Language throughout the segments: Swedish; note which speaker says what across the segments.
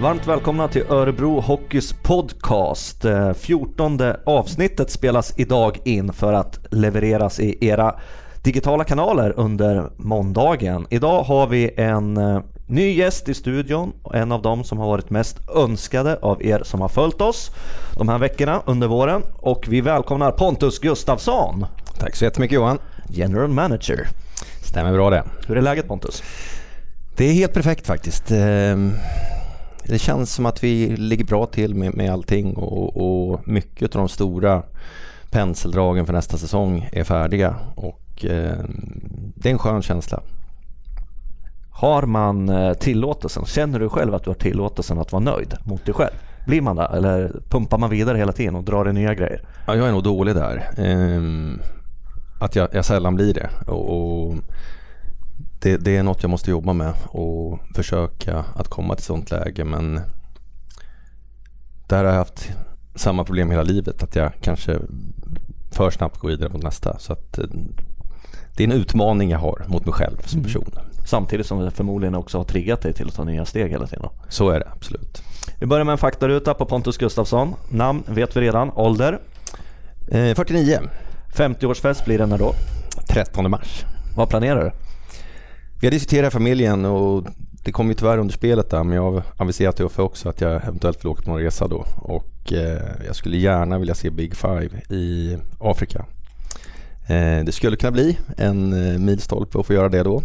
Speaker 1: Varmt välkomna till Örebro Hockeys podcast. 14:e avsnittet spelas idag in för att levereras i era digitala kanaler under måndagen. Idag har vi en ny gäst i studion, en av dem som har varit mest önskade av er som har följt oss de här veckorna under våren. Och vi välkomnar Pontus Gustafsson.
Speaker 2: Tack så jättemycket, Johan.
Speaker 1: General Manager.
Speaker 2: Stämmer bra det.
Speaker 1: Hur är läget, Pontus?
Speaker 2: Det är helt perfekt faktiskt. Det känns som att vi ligger bra till med allting och mycket av de stora penseldragen för nästa säsong är färdiga och det är en skön känsla.
Speaker 1: Har man tillåtelsen? Känner du själv att du har tillåtelsen att vara nöjd mot dig själv? Blir man det? Eller pumpar man vidare hela tiden och drar i nya grejer?
Speaker 2: Ja, jag är nog dålig där. Att jag sällan blir det. Och det är något jag måste jobba med och försöka att komma till sånt läge. Men där har jag haft samma problem hela livet. Att jag kanske för snabbt går vidare mot nästa. Så att det är en utmaning jag har mot mig själv som person.
Speaker 1: Samtidigt som det förmodligen också har triggat dig till att ta nya steg hela tiden.
Speaker 2: Så är det, absolut.
Speaker 1: Vi börjar med en faktaruta på Pontus Gustafsson. Namn vet vi redan. Ålder?
Speaker 2: 49.
Speaker 1: 50-årsfest blir det när då?
Speaker 2: 13 mars.
Speaker 1: Vad planerar du?
Speaker 2: Vi har diskuterat familjen och det kom ju tyvärr under spelet där, men jag har aviserat till Uffe också att jag eventuellt får åka på någon resa då. Och jag skulle gärna vilja se Big Five i Afrika. Det skulle kunna bli en milstolpe att få göra det då.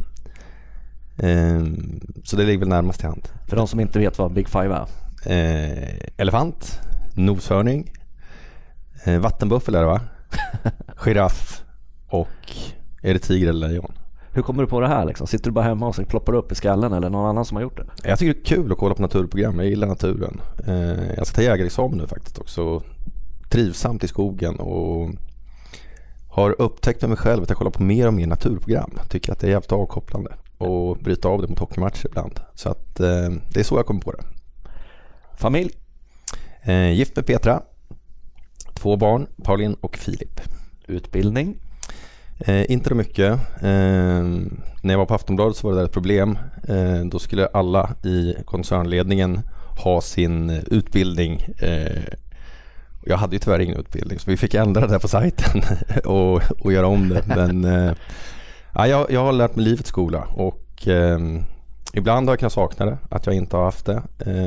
Speaker 2: Så det ligger väl närmast till hand.
Speaker 1: För de som inte vet vad Big Five
Speaker 2: är. Elefant, noshörning, vattenbuffel är det va? Giraff och är det tiger eller lejon?
Speaker 1: Hur kommer du på det här liksom? Sitter du bara hemma och så ploppar upp i skallen eller någon annan som har gjort det?
Speaker 2: Jag tycker det är kul att kolla på naturprogram. Jag gillar naturen. Jag ska ta jägarexamen nu faktiskt också. Trivsamt i skogen och har upptäckt med mig själv att jag kollar på mer och mer naturprogram. Tycker att det är jävligt avkopplande och bryta av det mot hockeymatcher ibland. Så att det är så jag kommer på det.
Speaker 1: Familj?
Speaker 2: Gift med Petra. 2 barn, Pauline och Filip.
Speaker 1: Utbildning?
Speaker 2: Inte så mycket. När jag var på Aftonbladet så var det där ett problem. Då skulle alla i koncernledningen ha sin utbildning. Jag hade ju tyvärr ingen utbildning så vi fick ändra det på sajten och göra om det. Men jag har lärt mig livets skola och ibland har jag kunnat sakna det, att jag inte har haft det.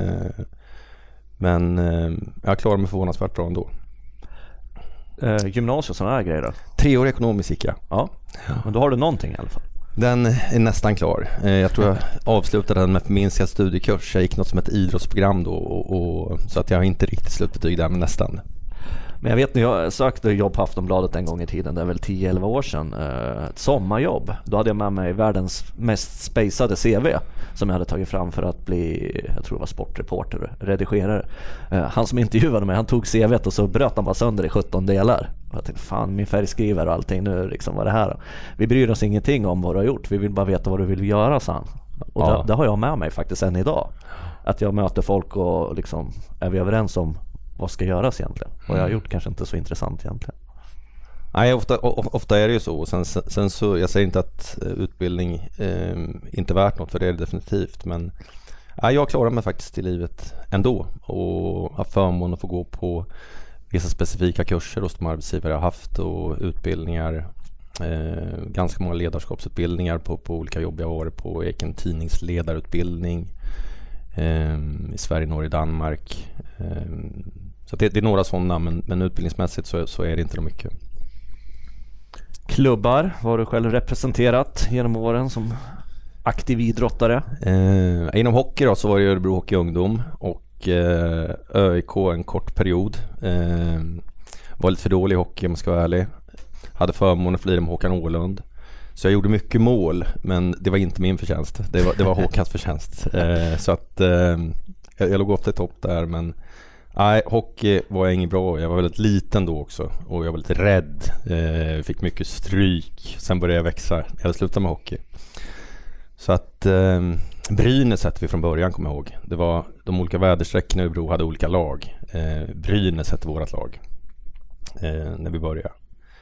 Speaker 2: Men jag klarar mig förvånansvärt bra ändå.
Speaker 1: Gymnasiet och sådana här grejer då?
Speaker 2: 3 år ekonomiskt gick jag.
Speaker 1: Ja, men då har du någonting i alla fall.
Speaker 2: Den är nästan klar. Jag tror jag avslutade den med förminskad studiekurs. Jag gick något som ett idrottsprogram då och så att jag har inte riktigt slutbetyg där, men nästan.
Speaker 1: Men jag vet när jag sökte jobb på Aftonbladet en gång i tiden, det är väl 10-11 år sedan, ett sommarjobb. Då hade jag med mig världens mest spacade CV som jag hade tagit fram för att bli, jag tror det var sportreporter, redigerare. Han som intervjuade mig, han tog CV:t och så bröt han bara sönder i 17 delar. Och jag tänkte, fan min färgskrivare och allting nu liksom, vad är det här då? Vi bryr oss ingenting om vad du har gjort, vi vill bara veta vad du vill göra, sa han. Och det har jag med mig faktiskt än idag. Att jag möter folk och liksom, är vi överens om vad ska göras egentligen? Vad jag har gjort kanske inte så intressant egentligen.
Speaker 2: Nej, ofta är det ju så. Sen så, jag säger inte att utbildning inte är värt något, för det är det definitivt. Men jag klarar mig faktiskt i livet ändå. Och har förmån att få gå på vissa specifika kurser hos de arbetsgivare jag har haft och utbildningar. Ganska många ledarskapsutbildningar på olika jobb jag har varit på. Jag gick en tidningsledarutbildning i Sverige, Norge, Danmark. Så det är några sådana, men utbildningsmässigt så är det inte så mycket.
Speaker 1: Klubbar, har du själv representerat genom åren som aktiv idrottare?
Speaker 2: Inom hockey då, så var det Örebro Hockey Ungdom och ÖIK en kort period. Var lite för dålig i hockey om jag ska vara ärlig. Hade förmånen att få lira med Håkan Åhlund. Så jag gjorde mycket mål, men det var inte min förtjänst. Det var Håkans förtjänst. Så att jag låg ofta i topp där, men nej, hockey var jag inget bra. Jag var väldigt liten då också och jag var lite rädd. Fick mycket stryk. Sen började jag växa. Jag hade slutat med hockey. Så att Brynäs hette vi från början, kommer jag ihåg. Det var de olika vädersträckorna i Örebro hade olika lag. Brynäs hette vårat lag när vi började.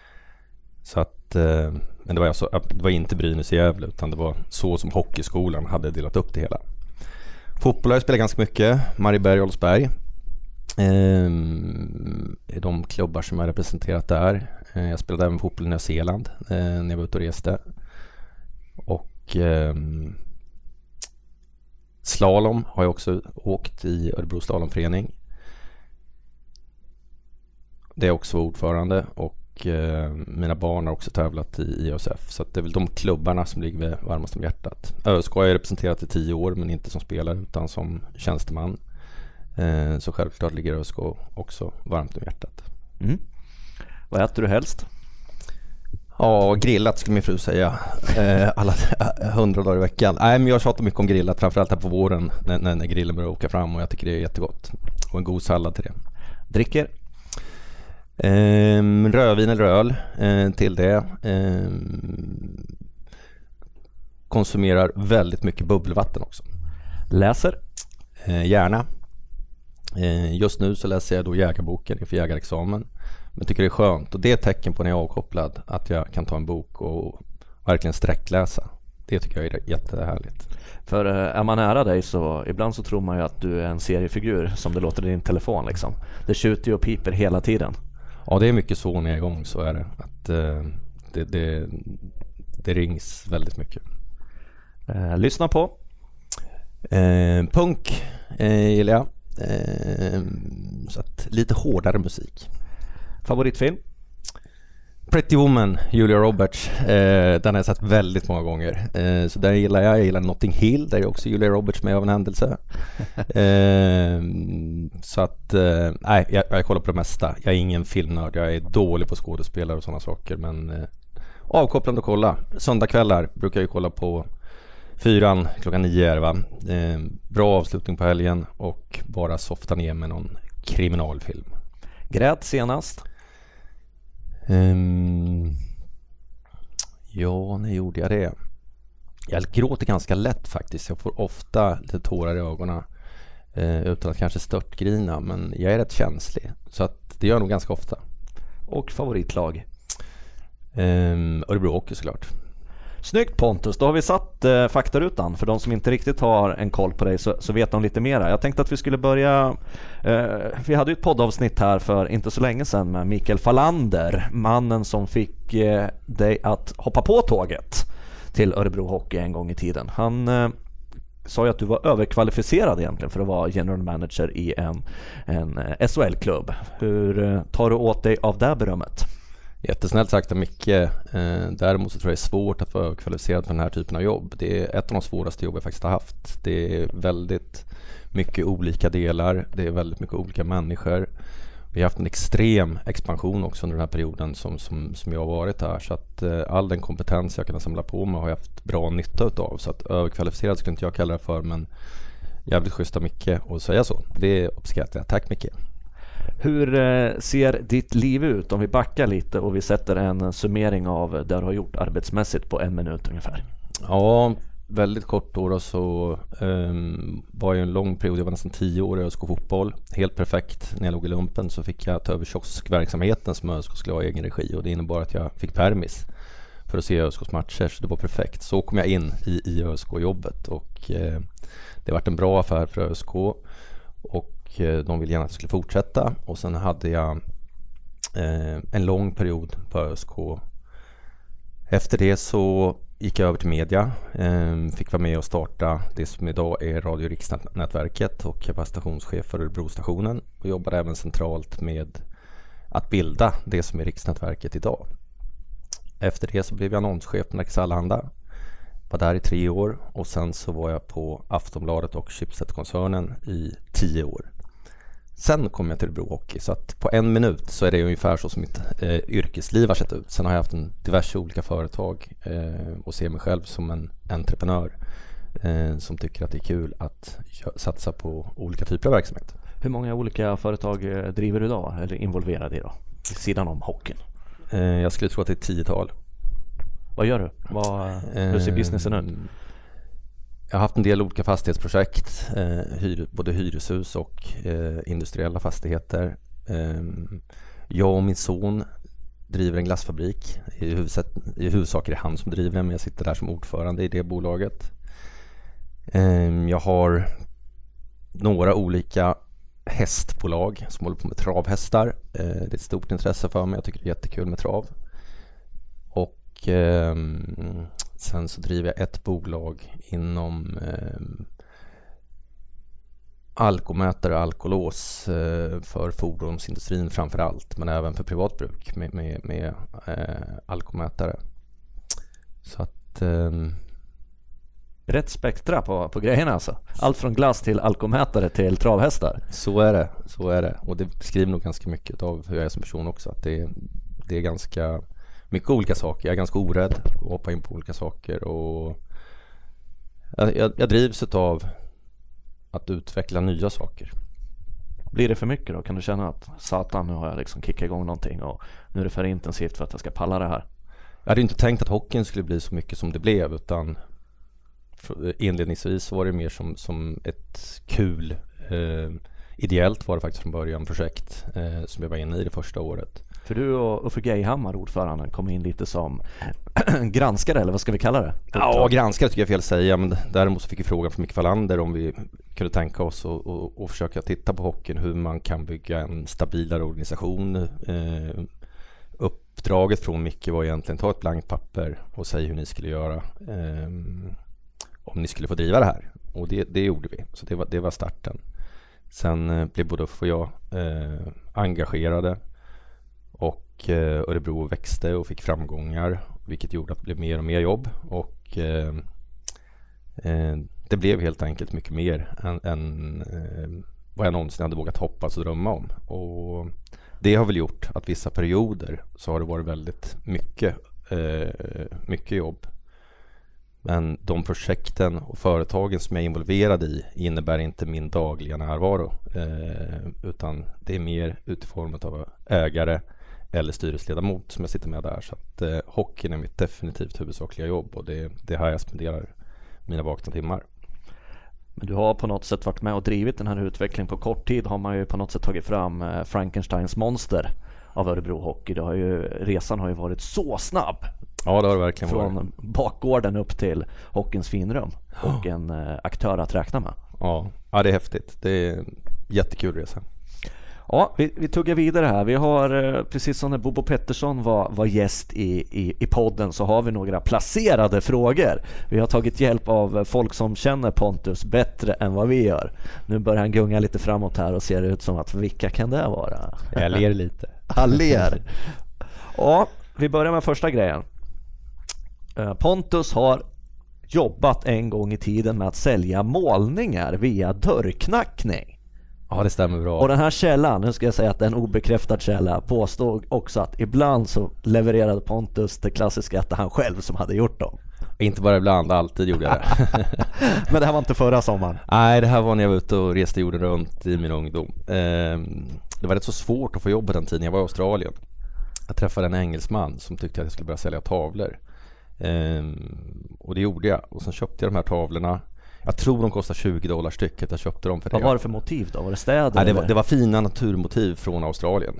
Speaker 2: Så att men det var inte Brynäs i Gävle, utan det var så som hockeyskolan hade delat upp det hela. Fotboll har jag spelat ganska mycket. Marieberg och Oldsberg är de klubbar som jag har representerat där. Jag spelade även fotboll i Nya Zeeland när jag var ute och reste. Och slalom har jag också åkt i Örebro slalomförening. Det är också ordförande, och mina barn har också tävlat i IOSF. Så att det är väl de klubbarna som ligger varmast om hjärtat. ÖSK har jag representerat i 10 år, men inte som spelare utan som tjänsteman. Så självklart ligger ÖSK också varmt om hjärtat.
Speaker 1: Vad äter du helst?
Speaker 2: Ja, grillat skulle min fru säga. Alla 100 dagar i veckan. Nej, men jag tjatar mycket om grillat, framförallt här på våren när grillen börjar åka fram, och jag tycker det är jättegott. Och en god sallad till det.
Speaker 1: Dricker?
Speaker 2: Rödvin eller öl till det. Konsumerar väldigt mycket bubbelvatten också.
Speaker 1: Läser?
Speaker 2: Gärna. Just nu så läser jag då jägarboken inför jägarexamen. Men tycker det är skönt, och det är ett tecken på när jag är avkopplad att jag kan ta en bok och verkligen sträckläsa. Det tycker jag är jättehärligt.
Speaker 1: För är man nära dig så ibland så tror man ju att du är en seriefigur som det låter i din telefon liksom. Det tjuter ju och piper hela tiden.
Speaker 2: Ja, det är mycket så när jag är igång, så är det. Att det rings väldigt mycket.
Speaker 1: Lyssna på?
Speaker 2: Punk gillar jag. Så att lite hårdare musik.
Speaker 1: Favoritfilm?
Speaker 2: Pretty Woman, Julia Roberts. Den har jag sett väldigt många gånger. Så där gillar jag. Jag gillar Notting Hill, där är också Julia Roberts med av en händelse. Så att nej, jag kollar på det mesta. Jag är ingen filmnörd. Jag är dålig på skådespelare och sådana saker. Men avkopplande att kolla. Söndagkvällar brukar jag kolla på 4 klockan 9 är det, va? Bra avslutning på helgen och bara softa ner med någon kriminalfilm.
Speaker 1: Grät senast?
Speaker 2: Ja, när gjorde jag det? Jag gråter ganska lätt faktiskt. Jag får ofta lite tårar i ögonen utan att kanske störtgrina, men jag är rätt känslig. Så att det gör jag nog ganska ofta.
Speaker 1: Och favoritlag?
Speaker 2: Örebro Hockey såklart.
Speaker 1: Snyggt Pontus, då har vi satt faktarutan. För de som inte riktigt har en koll på dig så vet de lite mera. Jag tänkte att vi skulle börja, vi hade ju ett poddavsnitt här för inte så länge sedan med Mikael Fallander, mannen som fick dig att hoppa på tåget till Örebro Hockey en gång i tiden. Han sa ju att du var överkvalificerad egentligen för att vara general manager i en SHL-klubb. Hur tar du åt dig av det berömmet?
Speaker 2: Jättesnällt sagt av Micke. Däremot så tror jag det är svårt att vara kvalificerad för den här typen av jobb. Det är ett av de svåraste jobb jag faktiskt har haft. Det är väldigt mycket olika delar. Det är väldigt mycket olika människor. Vi har haft en extrem expansion också under den här perioden som jag har varit här. Så att all den kompetens jag kan samla på mig har jag haft bra nytta utav. Så att överkvalificerad skulle inte jag kalla det för, men jävligt schysst av Micke och säga så. Det uppskattar jag. Tack Micke.
Speaker 1: Hur ser ditt liv ut om vi backar lite och vi sätter en summering av det du har gjort arbetsmässigt på 1 minut ungefär?
Speaker 2: Ja, väldigt kort då så var jag en lång period, jag var nästan 10 år i ÖSK fotboll. Helt perfekt. När jag låg i lumpen så fick jag ta över kioskverksamheten som ÖSK skulle ha i egen regi, och det innebar att jag fick permis för att se ÖSKs matcher, så det var perfekt. Så kom jag in i ÖSK-jobbet och det har varit en bra affär för ÖSK, och de ville gärna att jag skulle fortsätta. Och sen hade jag en lång period på ÖSK. Efter det så gick jag över till media. Fick vara med och starta det som idag är Radio Riksnätverket, och jag var stationschef för Örebrostationen och jobbade även centralt med att bilda det som är Riksnätverket idag. Efter det så blev jag annonschef på Nerikes Allehanda. Var där i 3 år, och sen så var jag på Aftonbladet och Schibsted-koncernen i 10 år. Sen kom jag till Örebro Hockey, så att på 1 minut så är det ungefär så som mitt yrkesliv har sett ut. Sen har jag haft diverse olika företag och ser mig själv som en entreprenör som tycker att det är kul att satsa på olika typer av verksamhet.
Speaker 1: Hur många olika företag driver du idag eller involverade i då, vid sidan om hockeyn?
Speaker 2: Jag skulle tro att det är 10-tal.
Speaker 1: Vad gör du? Hur ser businessen ut?
Speaker 2: Jag har haft en del olika fastighetsprojekt, både hyreshus och industriella fastigheter. Jag och min son driver en glassfabrik. I huvudsak är det han som driver den, men jag sitter där som ordförande i det bolaget. Jag har några olika hästbolag som håller på med travhästar. Det är ett stort intresse för mig. Jag tycker det är jättekul med trav. Och sen så driver jag ett bolag inom alkomätare och alkolås för fordonsindustrin framför allt, men även för privatbruk med alkomätare. Så att
Speaker 1: rätt spektra på grejerna alltså. Allt från glass till alkomätare till travhästar.
Speaker 2: Så är det. Och det beskriver nog ganska mycket av hur jag är som person också. Att det är ganska mycket olika saker. Jag är ganska orädd att hoppa in på olika saker. Och jag drivs av att utveckla nya saker.
Speaker 1: Blir det för mycket då? Kan du känna att satan, nu har jag liksom kickat igång någonting och nu är det för intensivt för att jag ska palla det här?
Speaker 2: Jag hade inte tänkt att hockeyn skulle bli så mycket som det blev, utan inledningsvis var det mer som ett kul ideellt var det faktiskt från början projekt som jag var inne i det första året.
Speaker 1: För du och Uffe Geihammar, ordföranden, kom in lite som granskare, eller vad ska vi kalla det?
Speaker 2: Ja, granskare tycker jag fel att säga, men däremot så fick vi frågan från Micke Wallander om vi kunde tänka oss och försöka titta på hockeyn, hur man kan bygga en stabilare organisation. Uppdraget från Micke var egentligen ta ett blankt papper och säga hur ni skulle göra om ni skulle få driva det här. Och det gjorde vi, så det var starten. Sen blev både Uffe och jag engagerade. Och Örebro växte och fick framgångar, vilket gjorde att det blev mer och mer jobb. Och det blev helt enkelt mycket mer än vad jag någonsin hade vågat hoppas och drömma om. Och det har väl gjort att vissa perioder så har det varit väldigt mycket jobb. Men de projekten och företagen som jag är involverad i innebär inte min dagliga närvaro. Utan det är mer utifrån av ägare eller styrelseledamot som jag sitter med där. Så att hockeyn är mitt definitivt huvudsakliga jobb, och det här jag spenderar mina vakna timmar.
Speaker 1: Men du har på något sätt varit med och drivit den här utvecklingen. På kort tid har man ju på något sätt tagit fram Frankensteins monster av Örebro Hockey. Resan har ju varit så snabb.
Speaker 2: Ja, det har det verkligen varit.
Speaker 1: Från bakgården upp till hockeyns finrum och en aktör att räkna med.
Speaker 2: Ja, det är häftigt. Det är en jättekul resa.
Speaker 1: Ja, vi tuggar vidare här. Vi har, precis som när Bobo Pettersson var gäst i podden, så har vi några placerade frågor. Vi har tagit hjälp av folk som känner Pontus bättre än vad vi gör. Nu börjar han gunga lite framåt här och ser ut som att vilka kan det vara?
Speaker 2: Jag ler lite.
Speaker 1: Han ler. Ja, vi börjar med första grejen. Pontus har jobbat en gång i tiden med att sälja målningar via dörrknackning.
Speaker 2: Ja, det stämmer bra.
Speaker 1: Och den här källan, nu ska jag säga att det är en obekräftad källa, påstod också att ibland så levererade Pontus det klassiska att det han själv som hade gjort dem.
Speaker 2: Inte bara ibland, alltid gjorde jag det.
Speaker 1: Men det här var inte förra sommaren?
Speaker 2: Nej, det här var när jag var ute och reste jorden runt i min ungdom. Det var rätt så svårt att få jobb på den tiden jag var i Australien. Jag träffade en engelsman som tyckte att jag skulle börja sälja tavlor. Och det gjorde jag. Och sen köpte jag de här tavlorna. Jag tror de kostar $20 stycket. Jag köpte dem för det.
Speaker 1: Vad var det för motiv då? Var det städer?
Speaker 2: Nej, det var fina naturmotiv från Australien.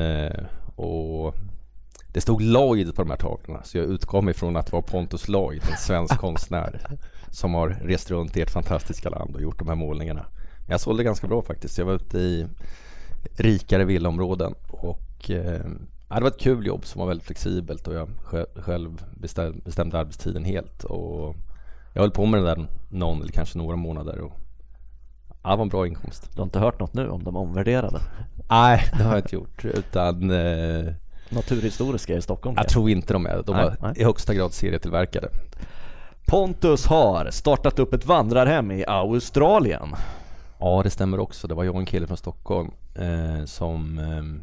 Speaker 2: Och det stod Lloyd på de här tavlorna. Så jag utkom ifrån att det var Pontus Lloyd, en svensk konstnär som har rest runt i ett fantastiska land och gjort de här målningarna. Men jag sålde ganska bra faktiskt. Jag var ute i rikare villaområden. Och det var ett kul jobb som var väldigt flexibelt. Och jag själv bestämde arbetstiden helt. Och jag höll på med det där någon eller kanske några månader, och det var en bra inkomst.
Speaker 1: Du har inte hört något nu om de omvärderade?
Speaker 2: Nej, det har jag inte gjort, utan
Speaker 1: naturhistoriska i Stockholm.
Speaker 2: Jag tror inte de är. De var i högsta grad serietillverkade.
Speaker 1: Pontus har startat upp ett vandrarhem i Australien.
Speaker 2: Ja, det stämmer också. Det var jag och en kille från Stockholm som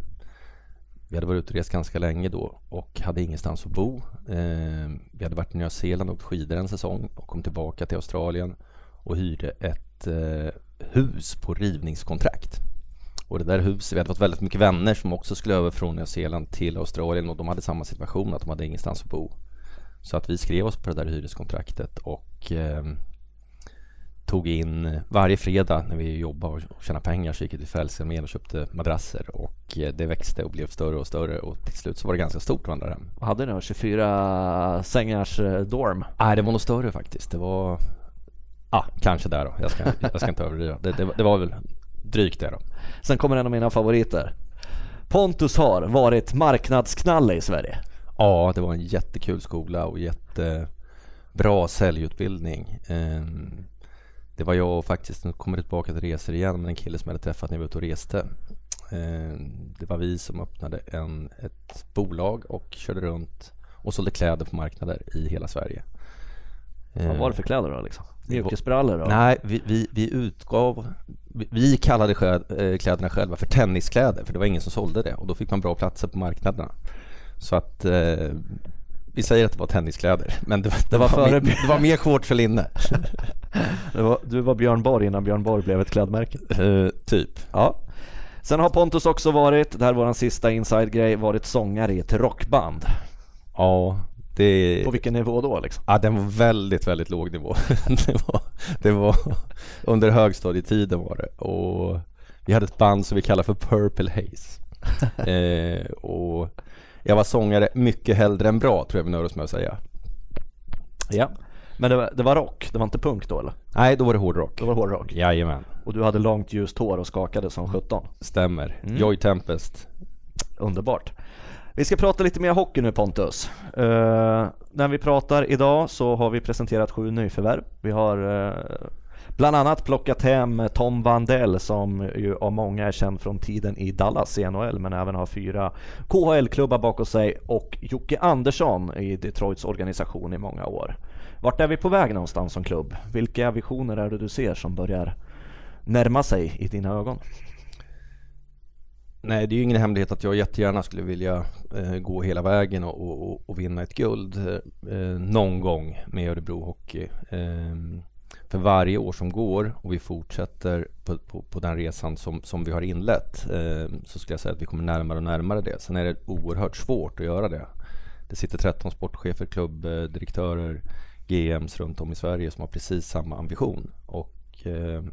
Speaker 2: vi hade varit ute och rest ganska länge då och hade ingenstans att bo. Vi hade varit i Nya Zeeland och skidor en säsong och kom tillbaka till Australien och hyrde ett hus på rivningskontrakt. Och det där huset, vi hade fått väldigt mycket vänner som också skulle över från Nya Zeeland till Australien, och de hade samma situation, att de hade ingenstans att bo. Så att vi skrev oss på det där hyreskontraktet och tog in varje fredag när vi jobbade och tjänade pengar, så gick vi till Frälsningsarmén och köpte madrasser, och det växte och blev större och större, och till slut så var det ganska stort vandrarhem.
Speaker 1: Hade ni 24 sängars dorm?
Speaker 2: Nej, det var nog större faktiskt. Det var Kanske där då. Jag ska inte överdriva. Det var väl drygt det då.
Speaker 1: Sen kommer en av mina favoriter. Pontus har varit marknadsknalle i Sverige.
Speaker 2: Ja, det var en jättekul skola och jättebra säljutbildning. Det var jag faktiskt, nu kommer jag tillbaka till resor igen, med en kille som jag hade träffat när vi var ute och reste. Det var vi som öppnade ett bolag och körde runt och sålde kläder på marknader i hela Sverige.
Speaker 1: Vad var det för kläder då liksom? Mjukisbrallor då?
Speaker 2: Nej, vi kallade kläderna själva för tenniskläder, för det var ingen som sålde det, och då fick man bra platser på marknaderna. Så att vi säger att det var tenniskläder, men det var mer shorts för linne.
Speaker 1: Du var Björn Borg innan Björn Borg blev ett klädmärke.
Speaker 2: Typ.
Speaker 1: Ja. Sen har Pontus också varit, det här var vår sista inside-grej, varit sångare i ett rockband.
Speaker 2: Ja.
Speaker 1: På vilken nivå då liksom?
Speaker 2: Ja, den var väldigt, väldigt låg nivå. det var under högstadietiden var det. Och vi hade ett band som vi kallar för Purple Haze. Och jag var sångare mycket hellre än bra, tror jag vi nöjer oss med att säga.
Speaker 1: Ja, men det var rock, det var inte punk då eller?
Speaker 2: Nej, då var det hårdrock.
Speaker 1: Då var det hårdrock.
Speaker 2: Jajamän.
Speaker 1: Och du hade långt ljust hår och skakade som 17.
Speaker 2: Stämmer. Joy Tempest.
Speaker 1: Underbart. Vi ska prata lite mer hockey nu, Pontus. När vi pratar idag så har vi presenterat 7 nyförvärv. Vi har bland annat plockat hem Tom Vandell, som ju av många är känd från tiden i Dallas i NHL, men även har 4 KHL-klubbar bakom sig, och Jocke Andersson i Detroits organisation i många år. Vart är vi på väg någonstans som klubb? Vilka visioner är det du ser som börjar närma sig i dina ögon?
Speaker 2: Nej, det är ju ingen hemlighet att jag jättegärna skulle vilja gå hela vägen och vinna ett guld någon gång med Örebro Hockey. För varje år som går och vi fortsätter på den resan som vi har inlett, så skulle jag säga att vi kommer närmare och närmare det. Sen är det oerhört svårt att göra det. Det sitter 13 sportchefer, klubbdirektörer, GMs runt om i Sverige som har precis samma ambition och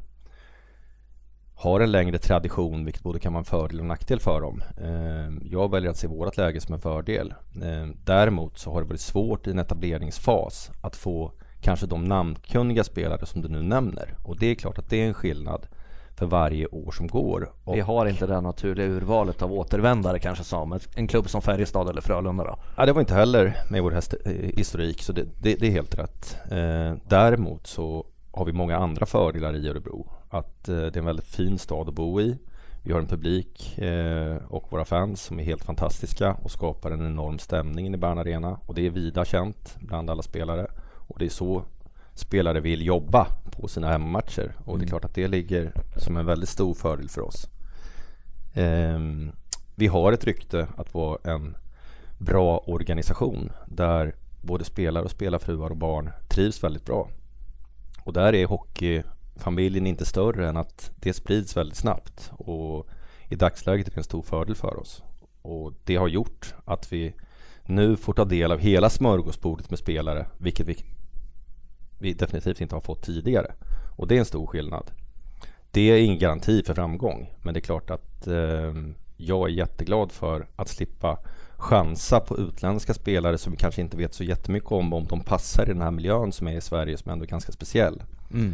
Speaker 2: har en längre tradition, vilket både kan vara en fördel och nackdel för dem. Jag väljer att se vårt läge som en fördel. Däremot så har det varit svårt i en etableringsfas att få kanske de namnkunniga spelare som du nu nämner. Och det är klart att det är en skillnad för varje år som går. Och
Speaker 1: vi har inte det naturliga urvalet av återvändare kanske som en klubb som Färjestad eller Frölunda då?
Speaker 2: Ja, det var inte heller med vår historik, så det är helt rätt. Däremot så har vi många andra fördelar i Örebro. Att det är en väldigt fin stad att bo i. Vi har en publik och våra fans som är helt fantastiska och skapar en enorm stämning i Bern Arena. Och det är vida känt bland alla spelare. Och det är så spelare vill jobba på sina hemmamatcher. Och det är klart att det ligger som en väldigt stor fördel för oss. Vi har ett rykte att vara en bra organisation där både spelare och spelarfruar och barn trivs väldigt bra. Och där är hockeyfamiljen inte större än att det sprids väldigt snabbt. Och i dagsläget är det en stor fördel för oss. Och det har gjort att vi nu får ta del av hela smörgåsbordet med spelare, vilket vi definitivt inte har fått tidigare. Och det är en stor skillnad. Det är ingen garanti för framgång, men det är klart att jag är jätteglad för att slippa chansa på utländska spelare som vi kanske inte vet så jättemycket om de passar i den här miljön som är i Sverige, som ändå är ganska speciell.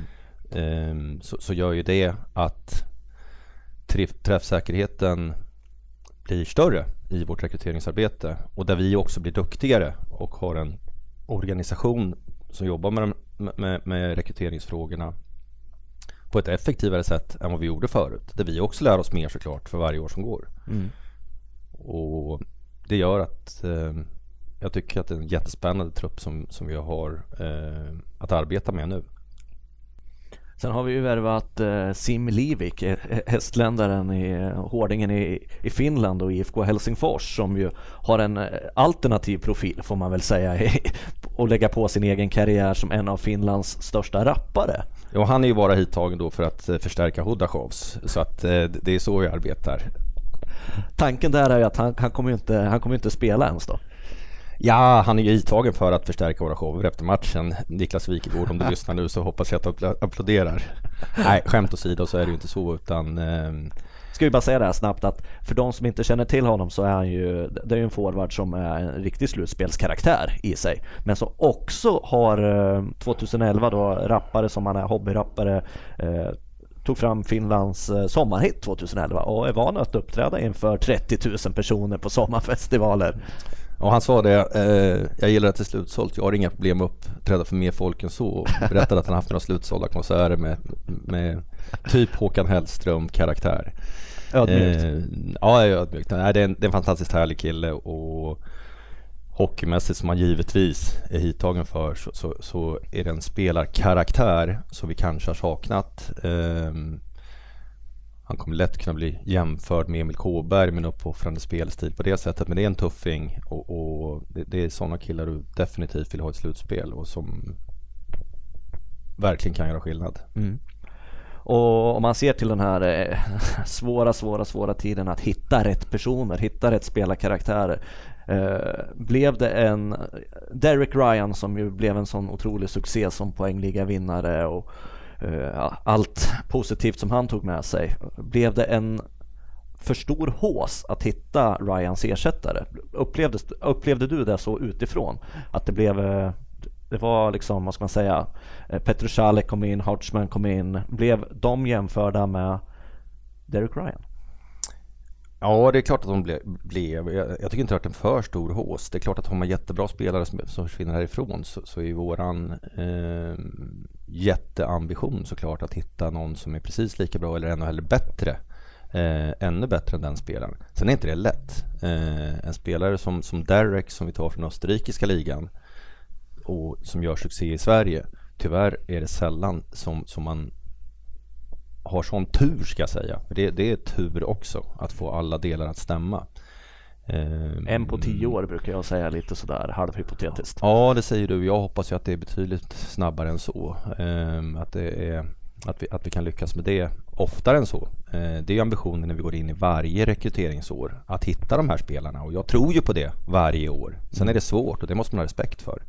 Speaker 2: Så gör ju det att träffsäkerheten blir större i vårt rekryteringsarbete, och där vi också blir duktigare och har en organisation som jobbar med rekryteringsfrågorna på ett effektivare sätt än vad vi gjorde förut. Där vi också lär oss mer såklart för varje år som går. Och det gör att jag tycker att det är en jättespännande trupp som vi har att arbeta med nu.
Speaker 1: Sen har vi ju värvat Sim Livik, hästländaren i Hårdingen i Finland och IFK Helsingfors, som ju har en alternativ profil får man väl säga, och lägga på sin egen karriär som en av Finlands största rappare.
Speaker 2: Ja, han är ju bara hittagen då för att förstärka Hudachovs, så att det är så jag arbetar.
Speaker 1: Tanken där är ju att han kommer inte spela ens då.
Speaker 2: Ja, han är ju hittagen för att förstärka våra shower efter matchen. Niklas Wikegård, om du lyssnar nu så hoppas jag att du applåderar. Nej, skämt åsido så är det ju inte så, utan
Speaker 1: Ska vi bara säga det här snabbt att för de som inte känner till honom så är han ju, det är ju en forward som är en riktig slutspelskaraktär i sig, men som också har 2011 då rappare som han är hobbyrappare, tog fram Finlands sommarhit 2011 och är van att uppträda inför 30 000 personer på sommarfestivaler.
Speaker 2: Och han sa det, jag gillar att det är slutsålt, jag har inga problem att uppträda för mer folk än så, och berättade att han haft några slutsålda konserter med typ Håkan Hellström karaktär.
Speaker 1: Ödmjukt.
Speaker 2: Ja, ödmjukt. Nej, det är en fantastiskt härlig kille, och hockeymässigt som han givetvis är hittagen för så är det en spelarkaraktär som vi kanske har saknat. Han kommer lätt kunna bli jämförd med Emil Kåberg med en uppoffrande spelstil på det sättet, men det är en tuffing, och det är sådana killar du definitivt vill ha ett slutspel och som verkligen kan göra skillnad.
Speaker 1: Och om man ser till den här svåra tiden att hitta rätt personer, hitta rätt spelarkaraktärer, blev det en Derek Ryan som ju blev en sån otrolig succé som poängligavinnare och allt positivt som han tog med sig. Blev det en för stor hås att hitta Ryans ersättare? Upplevde du det så utifrån? Att det var liksom, vad ska man säga, Petrushalek kom in, Hodgman kom in. Blev de jämförda med Derek Ryan?
Speaker 2: Ja, det är klart att de blev. Jag tycker inte att det är en för stor hås. Det är klart att har man jättebra spelare som försvinner härifrån så är våran jätteambition såklart att hitta någon som är precis lika bra eller ännu hellre bättre. Ännu bättre än den spelaren. Sen är inte det lätt. En spelare som Derek, som vi tar från österrikiska ligan och som gör succé i Sverige, tyvärr är det sällan som man har sån tur, ska jag säga. För det är tur också att få alla delar att stämma.
Speaker 1: En på 10 år brukar jag säga, lite sådär halvhypotetiskt.
Speaker 2: Ja, det säger du. Jag hoppas ju att det är betydligt snabbare än så. Att vi kan lyckas med det oftare än så. Det är ambitionen när vi går in i varje rekryteringsår, att hitta de här spelarna, och jag tror ju på det varje år. Sen är det svårt, och det måste man ha respekt för.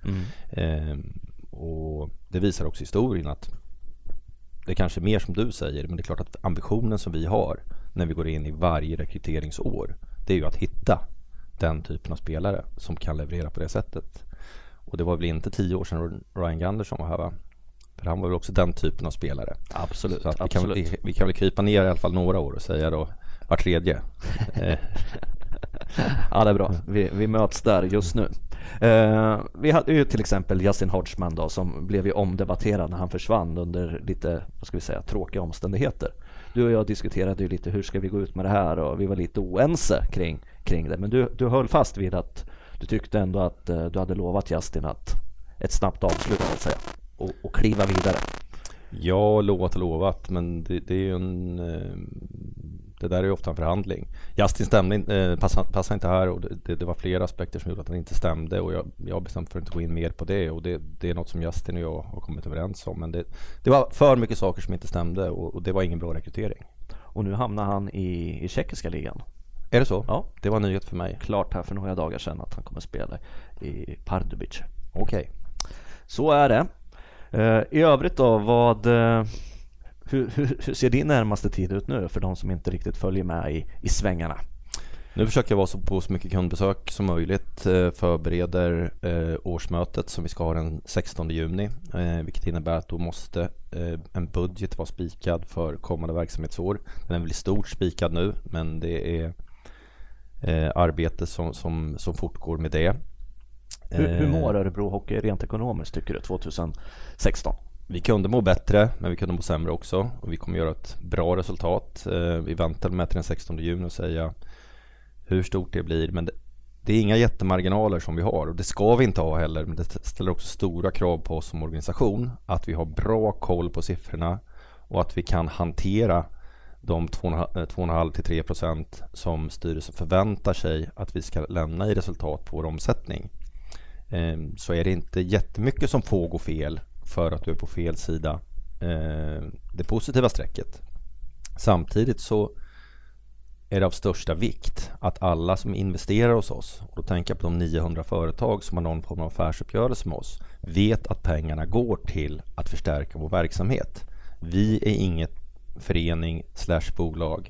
Speaker 2: Och det visar också historien att det är kanske mer som du säger, men det är klart att ambitionen som vi har när vi går in i varje rekryteringsår, det är ju att hitta den typen av spelare som kan leverera på det sättet. Och det var väl inte 10 år sedan Ryan Gunderson var här, va? För han var väl också den typen av spelare.
Speaker 1: Absolut.
Speaker 2: Så att vi kan väl krypa ner i alla fall några år och säga då var tredje.
Speaker 1: Ja, det är bra. Vi möts där just nu. Vi hade ju till exempel Justin Hodgman då, som blev ju omdebatterad när han försvann under lite, vad ska vi säga, tråkiga omständigheter. Du och jag diskuterade ju lite hur ska vi gå ut med det här, och vi var lite oense kring det. Men du höll fast vid att du tyckte ändå att du hade lovat Justin att ett snabbt avslut, så att säga, och kliva vidare.
Speaker 2: Ja, lovat, men det är ju det där är ju ofta en förhandling. Justin passade inte här, och det var flera aspekter som gjorde att han inte stämde, och jag bestämde för att inte gå in mer på det, och det är något som Justin och jag har kommit överens om, men det var för mycket saker som inte stämde, och det var ingen bra rekrytering.
Speaker 1: Och nu hamnar han i tjeckiska ligan.
Speaker 2: Är det så?
Speaker 1: Ja.
Speaker 2: Det var en nyhet för mig.
Speaker 1: Klart här för några dagar sedan att han kommer spela i Pardubice.
Speaker 2: Okej.
Speaker 1: Så är det. I övrigt då, hur ser din närmaste tid ut nu för de som inte riktigt följer med i svängarna?
Speaker 2: Nu försöker jag vara på så mycket kundbesök som möjligt, förbereder årsmötet som vi ska ha den 16 juni, vilket innebär att då måste en budget vara spikad för kommande verksamhetsår. Den är väl i stort spikad nu, men det är arbete som fortgår med det.
Speaker 1: Hur mår Örebro Hockey rent ekonomiskt, tycker du, 2016?
Speaker 2: Vi kunde må bättre, men vi kunde må sämre också, och vi kommer göra ett bra resultat. Vi väntar med till den 16 juni och säga hur stort det blir, men det är inga jättemarginaler som vi har, och det ska vi inte ha heller, men det ställer också stora krav på oss som organisation att vi har bra koll på siffrorna och att vi kan hantera de 2,5-3% som styrelsen förväntar sig att vi ska lämna i resultat på vår omsättning. Så är det inte jättemycket som får gå fel för att du är på fel sida det positiva strecket. Samtidigt så är det av största vikt att alla som investerar hos oss, och då tänker jag på de 900 företag som har någon form av affärsuppgörelse med oss, vet att pengarna går till att förstärka vår verksamhet. Vi är inget förening/bolag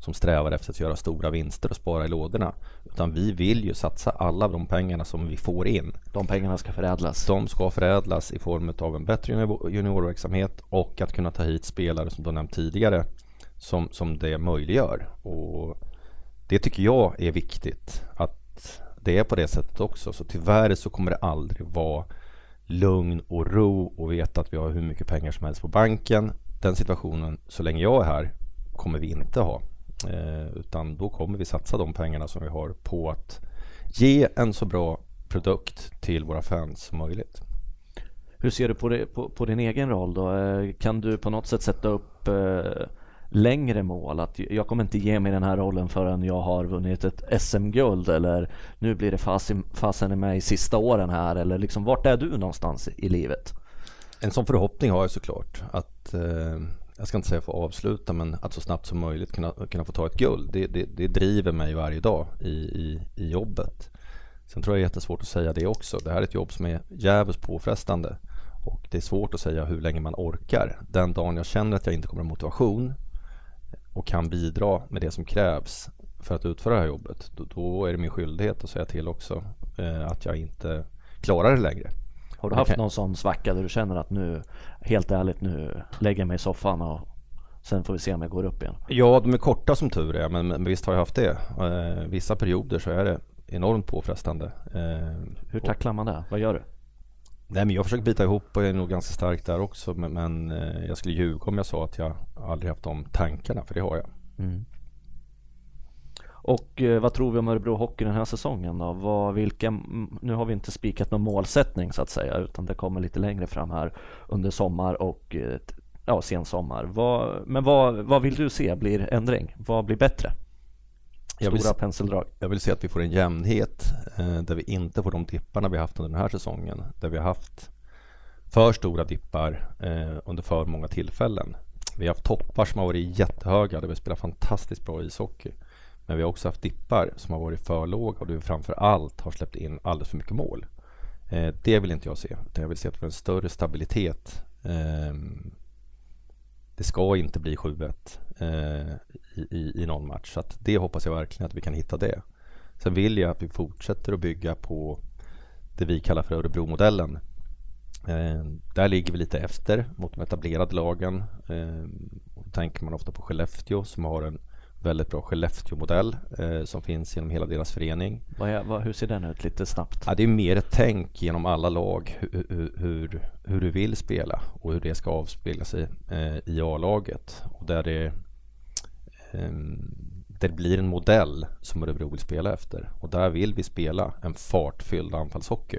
Speaker 2: som strävar efter att göra stora vinster och spara i lådorna. Utan vi vill ju satsa alla de pengarna som vi får in.
Speaker 1: De pengarna ska förädlas.
Speaker 2: De ska förädlas i form av en bättre juniorverksamhet och att kunna ta hit spelare som du har nämnt tidigare som det möjliggör. Och det tycker jag är viktigt att det är på det sättet också. Så tyvärr så kommer det aldrig vara lugn och ro och veta att vi har hur mycket pengar som helst på banken. Den situationen, så länge jag är här, kommer vi inte ha. Utan då kommer vi satsa de pengarna som vi har på att ge en så bra produkt till våra fans som möjligt.
Speaker 1: Hur ser du på din egen roll då? Kan du på något sätt sätta upp längre mål? Att jag kommer inte ge mig den här rollen förrän jag har vunnit ett SM-guld, eller nu blir det fasen i mig sista åren här, eller liksom, vart är du någonstans i livet?
Speaker 2: En sån förhoppning har jag såklart, att jag ska inte säga få avsluta, men att så snabbt som möjligt kunna få ta ett guld. Det driver mig varje dag i jobbet. Sen tror jag det är jättesvårt att säga det också. Det här är ett jobb som är jävligt påfrestande och det är svårt att säga hur länge man orkar. Den dagen jag känner att jag inte kommer ha motivation och kan bidra med det som krävs för att utföra det här jobbet, då är det min skyldighet att säga till också att jag inte klarar det längre.
Speaker 1: Har du haft någon sån svacka där du känner att nu, helt ärligt, nu lägger jag mig i soffan och sen får vi se om jag går upp igen?
Speaker 2: Ja, de är korta som tur är, men visst har jag haft det. Vissa perioder så är det enormt påfrestande.
Speaker 1: Hur tacklar man det? Vad gör du?
Speaker 2: Nej, men jag försöker bita ihop och är nog ganska stark där också. Men jag skulle ljuga om jag sa att jag aldrig haft de tankarna, för det har jag.
Speaker 1: Mm. Och vad tror vi om Örebro Hockey den här säsongen då? Nu har vi inte spikat någon målsättning så att säga, utan det kommer lite längre fram här under sommar och sen sommar. Vad vill du se blir ändring? Vad blir bättre? Stora penseldrag.
Speaker 2: Jag vill se att vi får en jämnhet där vi inte får de dipparna vi haft under den här säsongen. Där vi har haft för stora dippar under för många tillfällen. Vi har haft toppar som har varit jättehöga där vi spelar fantastiskt bra ishockey. Men vi har också haft dippar som har varit för låga och där vi framför allt har släppt in alldeles för mycket mål. Det vill inte jag se. Jag vill se att vi får en större stabilitet. Det ska inte bli 7-1 i någon match. Så att det hoppas jag verkligen att vi kan hitta det. Sen vill jag att vi fortsätter att bygga på det vi kallar för Örebro-modellen. Där ligger vi lite efter mot de etablerade lagen. Då tänker man ofta på Skellefteå som har en väldigt bra Skellefteå-modell som finns genom hela deras förening.
Speaker 1: Hur ser den ut lite snabbt?
Speaker 2: Ja, det är mer ett tänk genom alla lag hur du vill spela och hur det ska avspegla sig i A-laget. Och där det blir en modell som Örebro vill spela efter. Och där vill vi spela en fartfylld anfallshockey.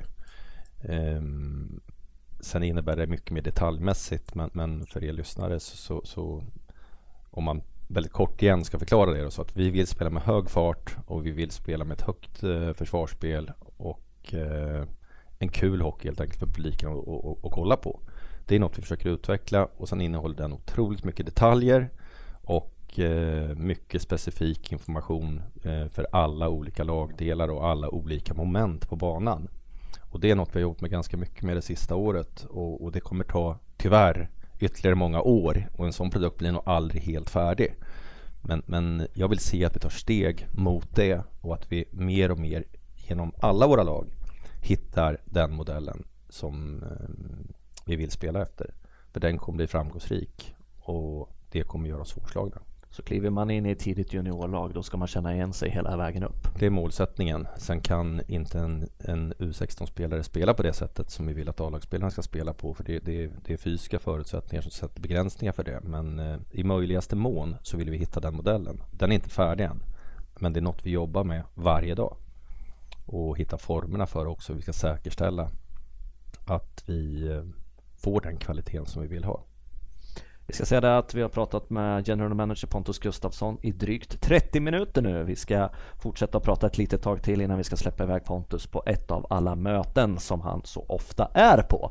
Speaker 2: Sen innebär det mycket mer detaljmässigt, men för er lyssnare så om man väldigt kort igen ska förklara det då, så att vi vill spela med hög fart och vi vill spela med ett högt försvarsspel och en kul hockey helt enkelt för publiken att kolla på. Det är något vi försöker utveckla och sen innehåller den otroligt mycket detaljer och mycket specifik information för alla olika lagdelar och alla olika moment på banan. Och det är något vi har gjort med ganska mycket med det sista året och det kommer ta tyvärr ytterligare många år och en sån produkt blir nog aldrig helt färdig. Men jag vill se att vi tar steg mot det och att vi mer och mer genom alla våra lag hittar den modellen som vi vill spela efter. För den kommer bli framgångsrik och det kommer göra oss svårslagna.
Speaker 1: Så kliver man in i ett tidigt juniorlag, då ska man känna igen sig hela vägen upp.
Speaker 2: Det är målsättningen. Sen kan inte en U16-spelare spela på det sättet som vi vill att A-lagsspelarna ska spela på. För det är fysiska förutsättningar som sätter begränsningar för det. Men i möjligaste mån så vill vi hitta den modellen. Den är inte färdig än. Men det är något vi jobbar med varje dag. Och hitta formerna för också. Vi ska säkerställa att vi får den kvaliteten som vi vill ha.
Speaker 1: Vi ska säga det att vi har pratat med General Manager Pontus Gustafsson i drygt 30 minuter nu. Vi ska fortsätta att prata ett litet tag till innan vi ska släppa iväg Pontus på ett av alla möten som han så ofta är på.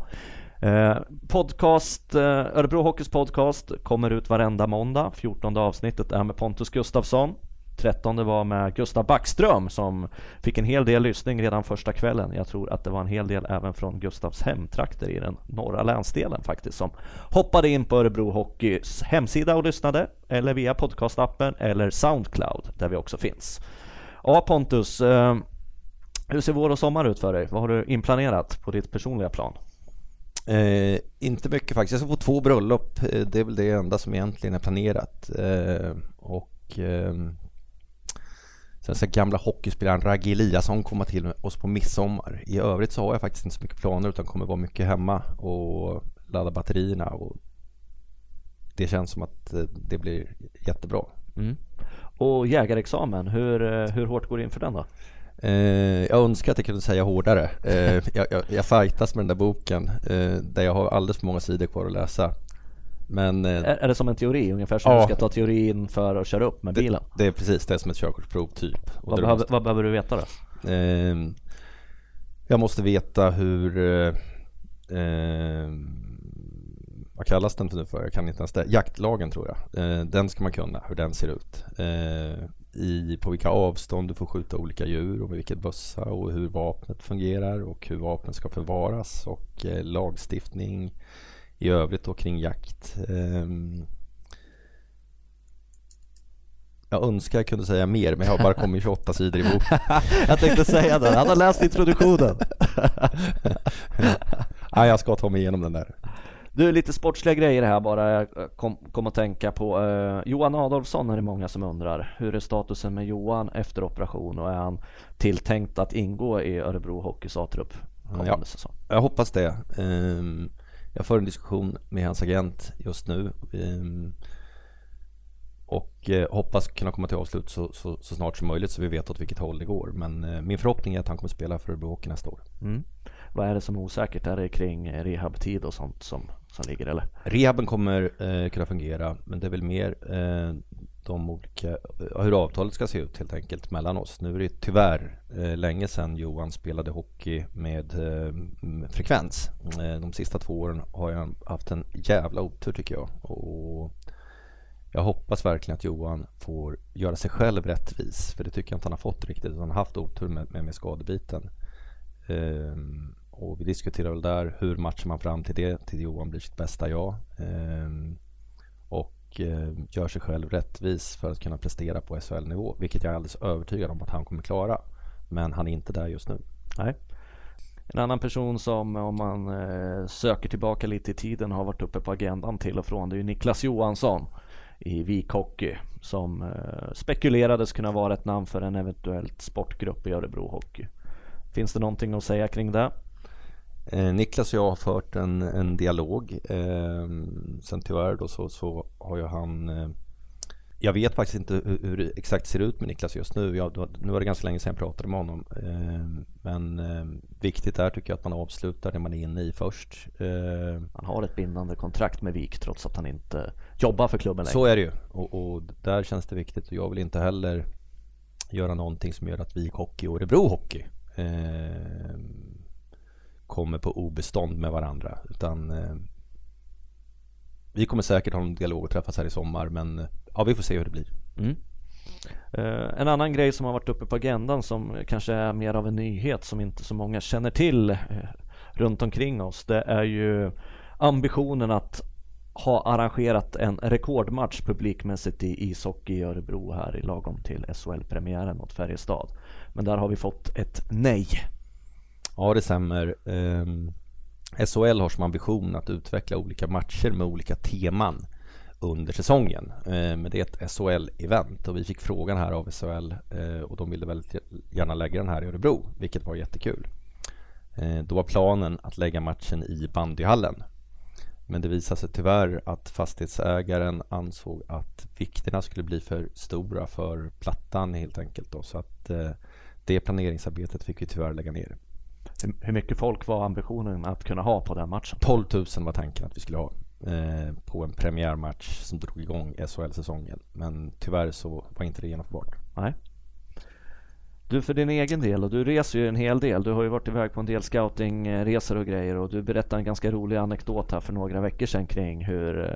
Speaker 1: Örebro Hockeys podcast kommer ut varenda måndag. 14:e avsnittet är med Pontus Gustafsson. 13 var med Gustav Backström som fick en hel del lyssning redan första kvällen. Jag tror att det var en hel del även från Gustavs hemtrakter i den norra länsdelen faktiskt, som hoppade in på Örebro Hockeys hemsida och lyssnade, eller via podcastappen eller Soundcloud där vi också finns. Ja, Pontus, hur ser vår och sommar ut för dig? Vad har du inplanerat på ditt personliga plan?
Speaker 2: Inte mycket faktiskt. Jag ska få 2 bröllop. Det är väl det enda som egentligen är planerat. Sen ska gamla hockeyspelaren Ragge Eliasson komma till oss på midsommar. I övrigt så har jag faktiskt inte så mycket planer, utan kommer vara mycket hemma och ladda batterierna, och det känns som att det blir jättebra.
Speaker 1: Och jägarexamen, hur hårt går det in för den då?
Speaker 2: Jag önskar att jag kunde säga hårdare. Jag fightas med den där boken där jag har alldeles för många sidor kvar att läsa. Men,
Speaker 1: är det som en teori? Ungefär som du ska ta teorin för att köra upp med bilen?
Speaker 2: Det är precis det, som ett körkortsprov typ.
Speaker 1: Vad behöver du veta då?
Speaker 2: Jag måste veta hur vad kallas den nu för? Jag kan inte ens det. Jaktlagen tror jag. Den ska man kunna, hur den ser ut. På vilka avstånd du får skjuta olika djur, och med vilket bössa, och hur vapnet fungerar och hur vapnet ska förvaras, och lagstiftning i övrigt då kring jakt. Jag önskar jag kunde säga mer, men jag har bara kommit 28 sidor i boken.
Speaker 1: Jag tänkte säga det, han har läst introduktionen.
Speaker 2: Ja, jag ska ta mig igenom den där.
Speaker 1: Du, lite sportsliga grejer här bara. Jag kom att tänka på Johan Adolfsson, är det många som undrar. Hur är statusen med Johan efter operation, och är han tilltänkt att ingå i Örebro Hockeys A-trupp kommande säsong?
Speaker 2: Jag hoppas det. Jag för en diskussion med hans agent just nu, och hoppas kunna komma till avslut så snart som möjligt, så vi vet åt vilket håll det går. Men min förhoppning är att han kommer spela för Örebro Hockey nästa år.
Speaker 1: Vad är det som är osäkert? Är det kring rehabtid och sånt som ligger, eller?
Speaker 2: Rehaben kommer kunna fungera, men det är väl mer de olika, hur avtalet ska se ut helt enkelt mellan oss. Nu är det tyvärr länge sedan Johan spelade hockey med frekvens. De sista 2 åren har jag haft en jävla otur tycker jag, och jag hoppas verkligen att Johan får göra sig själv rättvis, för det tycker jag inte han har fått riktigt. Han har haft otur med skadebiten. Och vi diskuterar väl där hur matchar man fram till det, till Johan blir sitt bästa jag, och gör sig själv rättvis för att kunna prestera på SHL-nivå, vilket jag är alldeles övertygad om att han kommer klara, men han är inte där just nu.
Speaker 1: Nej. En annan person som, om man söker tillbaka lite i tiden, har varit uppe på agendan till och från, det är ju Niklas Johansson i Vik Hockey, som spekulerades kunna vara ett namn för en eventuellt sportgrupp i Örebro Hockey. Finns det någonting att säga kring det?
Speaker 2: Niklas och jag har fört en dialog. Sen tyvärr då så har ju han... Jag vet faktiskt inte hur det exakt ser ut med Niklas just nu. Nu var det ganska länge sedan jag pratade med honom. Men viktigt är tycker jag att man avslutar det man är inne i först.
Speaker 1: Han har ett bindande kontrakt med Vik trots att han inte jobbar för klubben längre.
Speaker 2: Så är det ju. Och där känns det viktigt. Och jag vill inte heller göra någonting som gör att Vik Hockey och Örebro Hockey kommer på obestånd med varandra, utan vi kommer säkert ha en dialog och träffas här i sommar, men ja, vi får se hur det blir.
Speaker 1: En annan grej som har varit uppe på agendan, som kanske är mer av en nyhet som inte så många känner till runt omkring oss, det är ju ambitionen att ha arrangerat en rekordmatch publikmässigt i ishockey i Örebro här i lagom till SHL-premiären mot Färjestad. Men där har vi fått ett nej.
Speaker 2: Ja, det stämmer. SHL har som ambition att utveckla olika matcher med olika teman under säsongen. Men det är ett SHL-event, och vi fick frågan här av SHL, och de ville väldigt gärna lägga den här i Örebro, vilket var jättekul. Då var planen att lägga matchen i bandyhallen. Men det visade sig tyvärr att fastighetsägaren ansåg att vikterna skulle bli för stora för plattan helt enkelt då, så att det planeringsarbetet fick vi tyvärr lägga ner.
Speaker 1: Hur mycket folk var ambitionen att kunna ha på den matchen?
Speaker 2: 12 000 var tanken att vi skulle ha på en premiärmatch som drog igång SHL-säsongen. Men tyvärr så var inte det genomförbart.
Speaker 1: Nej. Du, för din egen del, och du reser ju en hel del. Du har ju varit iväg på en del scoutingresor och grejer, och du berättade en ganska rolig anekdot här för några veckor sedan kring hur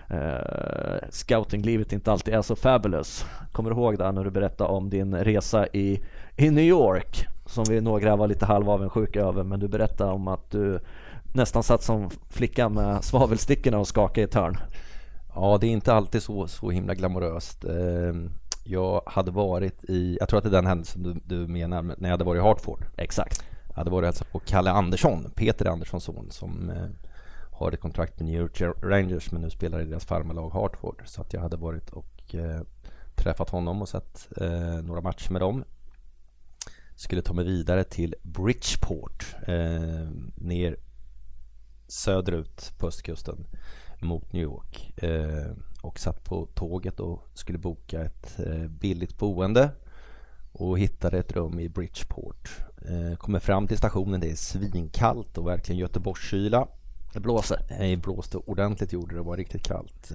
Speaker 1: scoutinglivet inte alltid är så fabulous. Kommer du ihåg det när du berättade om din resa i New York, som vi några var lite halvavundsjuka över, men du berättade om att du nästan satt som flicka med svavelstickorna och skakade i ett hörn.
Speaker 2: Ja, det är inte alltid så himla glamoröst. Jag hade varit jag tror att det är den händelsen du menar, när jag hade varit i Hartford.
Speaker 1: Exakt.
Speaker 2: Jag hade varit hälsat på Kalle Andersson, Peter Anderssons son, som har ett kontrakt med New York Rangers men nu spelar i deras farmarlag Hartford. Så att jag hade varit och träffat honom och sett några matcher med dem. Skulle ta mig vidare till Bridgeport, ner söderut på östkusten mot New York, och satt på tåget och skulle boka ett billigt boende och hittade ett rum i Bridgeport. Kommer fram till stationen, det är svinkallt och verkligen Göteborgskyla.
Speaker 1: Det blåser.
Speaker 2: Det blåste ordentligt, gjorde det, var riktigt kallt.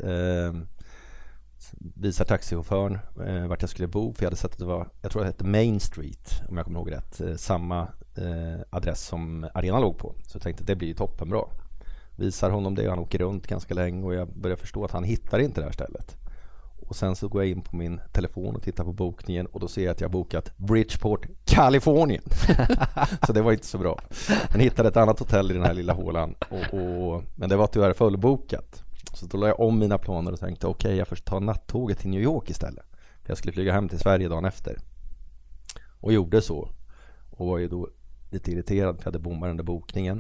Speaker 2: Visar taxichauffören vart jag skulle bo, för jag hade sett att det var, jag tror det hette Main Street om jag kommer ihåg rätt, samma adress som arenan låg på. Så jag tänkte det blir ju toppenbra. Visar honom det och han åker runt ganska länge och jag börjar förstå att han hittar inte det här stället. Och sen så går jag in på min telefon och tittar på bokningen och då ser jag att jag bokat Bridgeport, Kalifornien. Så det var inte så bra. Men hittade ett annat hotell i den här lilla hålan men det var tyvärr fullbokat. Så då la jag om mina planer och tänkte okej, jag får ta nattåget till New York istället. För jag skulle flyga hem till Sverige dagen efter. Och gjorde så. Och var ju då lite irriterad för jag hade bommat den där bokningen.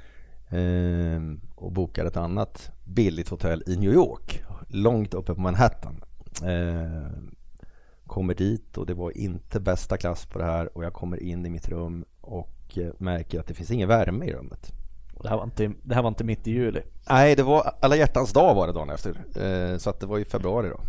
Speaker 2: Och bokade ett annat billigt hotell i New York, långt uppe på Manhattan. Kommer dit och det var inte bästa klass på det här och jag kommer in i mitt rum och märker att det finns ingen värme i rummet.
Speaker 1: Det här var inte mitt i juli.
Speaker 2: Nej, det var alla hjärtans dag var det dagen efter, så att det var i februari då.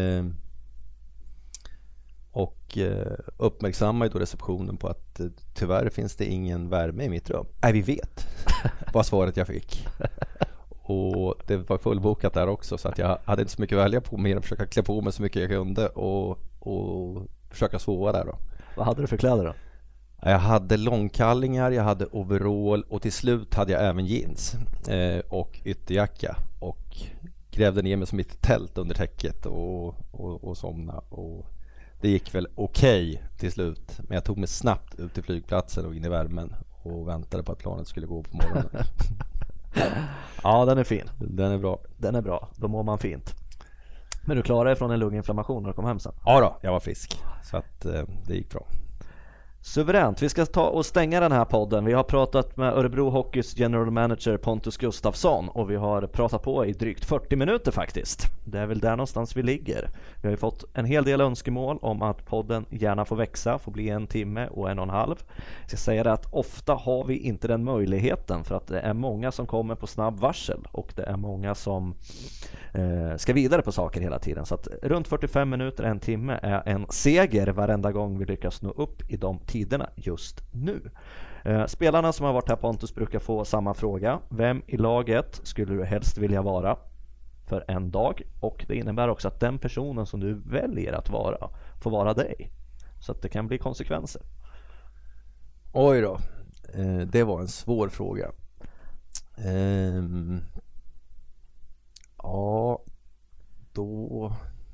Speaker 2: Och uppmärksammade då receptionen på att tyvärr finns det ingen värme i mitt rum. Nej, vi vet, var svaret jag fick. Och det var fullbokat där också, så att jag hade inte så mycket att välja på, mer att försöka klä på mig så mycket jag kunde och försöka sova där då.
Speaker 1: Vad hade du för kläder då?
Speaker 2: Jag hade långkallingar, jag hade overall och till slut hade jag även jeans och ytterjacka och grävde ner mig som ett tält under täcket och somna. Och det gick väl okej till slut, men jag tog mig snabbt ut till flygplatsen och in i värmen och väntade på att planet skulle gå på morgonen.
Speaker 1: Ja, den är fin.
Speaker 2: Den är bra.
Speaker 1: Den är bra, då mår man fint. Men du klarade dig från en lunginflammation när du kom hem sen?
Speaker 2: Ja då, jag var frisk, så att det gick bra.
Speaker 1: Suveränt. Vi ska ta och stänga den här podden. Vi har pratat med Örebro Hockeys general manager Pontus Gustafsson och vi har pratat på i drygt 40 minuter faktiskt. Det är väl där någonstans vi ligger. Vi har ju fått en hel del önskemål om att podden gärna får växa, får bli 1 timme och 1,5. Jag ska säga det att ofta har vi inte den möjligheten för att det är många som kommer på snabb varsel och det är många som ska vidare på saker hela tiden. Så att runt 45 minuter, 1 timme är en seger varenda gång vi lyckas nå upp i de tiderna just nu. Spelarna som har varit här, Pontus, brukar få samma fråga. Vem i laget skulle du helst vilja vara för en dag? Och det innebär också att den personen som du väljer att vara får vara dig. Så att det kan bli konsekvenser.
Speaker 2: Oj då, det var en svår fråga. Ja, då...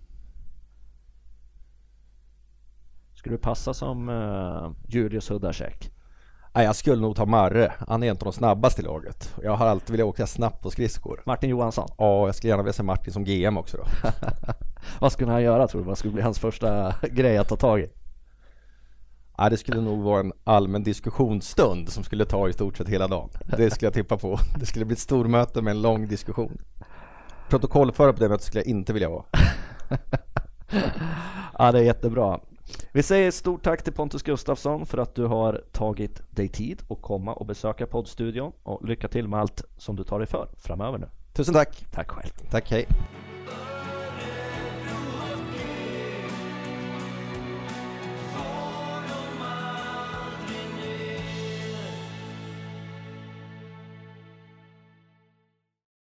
Speaker 1: Skulle du passa som Julius Hudacek?
Speaker 2: Nej, jag skulle nog ta Marre. Han är inte de snabbaste i laget. Jag har alltid velat åka snabbt på skridskor.
Speaker 1: Martin Johansson?
Speaker 2: Ja, jag skulle gärna vilja se Martin som GM också då.
Speaker 1: Vad skulle han göra, tror du? Vad skulle bli hans första grej att ta tag i?
Speaker 2: Ja, det skulle nog vara en allmän diskussionsstund som skulle ta i stort sett hela dagen. Det skulle jag tippa på. Det skulle bli ett stormöte med en lång diskussion. Protokollförare på det mötet skulle jag inte vilja vara.
Speaker 1: Ja, det är jättebra. Vi säger stort tack till Pontus Gustafsson för att du har tagit dig tid att komma och besöka poddstudion och lycka till med allt som du tar dig för framöver nu.
Speaker 2: Tusen tack.
Speaker 1: Tack själv.
Speaker 2: Tack, hej.